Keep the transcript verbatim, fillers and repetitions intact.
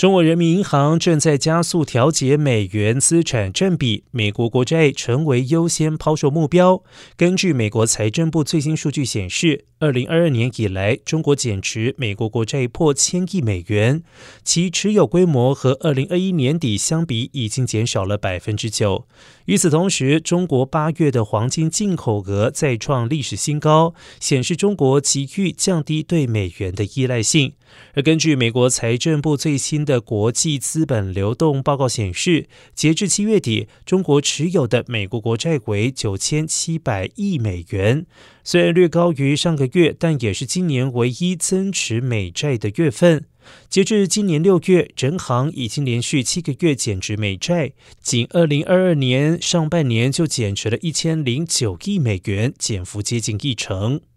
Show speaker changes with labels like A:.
A: 中国人民银行正在加速调节美元资产占比，美国国债成为优先抛售目标。根据美国财政部最新数据显示，二零二二年以来，中国减持美国国债破千亿美元，其持有规模和二零二一年底相比已经减少了百分之九。与此同时，中国八月的黄金进口额再创历史新高，显示中国急于降低对美元的依赖性。而根据美国财政部最新的国际资本流动报告显示，截至七月底，中国持有的美国国债为九千七百亿美元，虽然略高于上个月，但也是今年唯一增持美债的月份。截至今年六月，人行已经连续七个月减持美债，仅二零二二年上半年就减持了一千零九亿美元，减幅接近一成。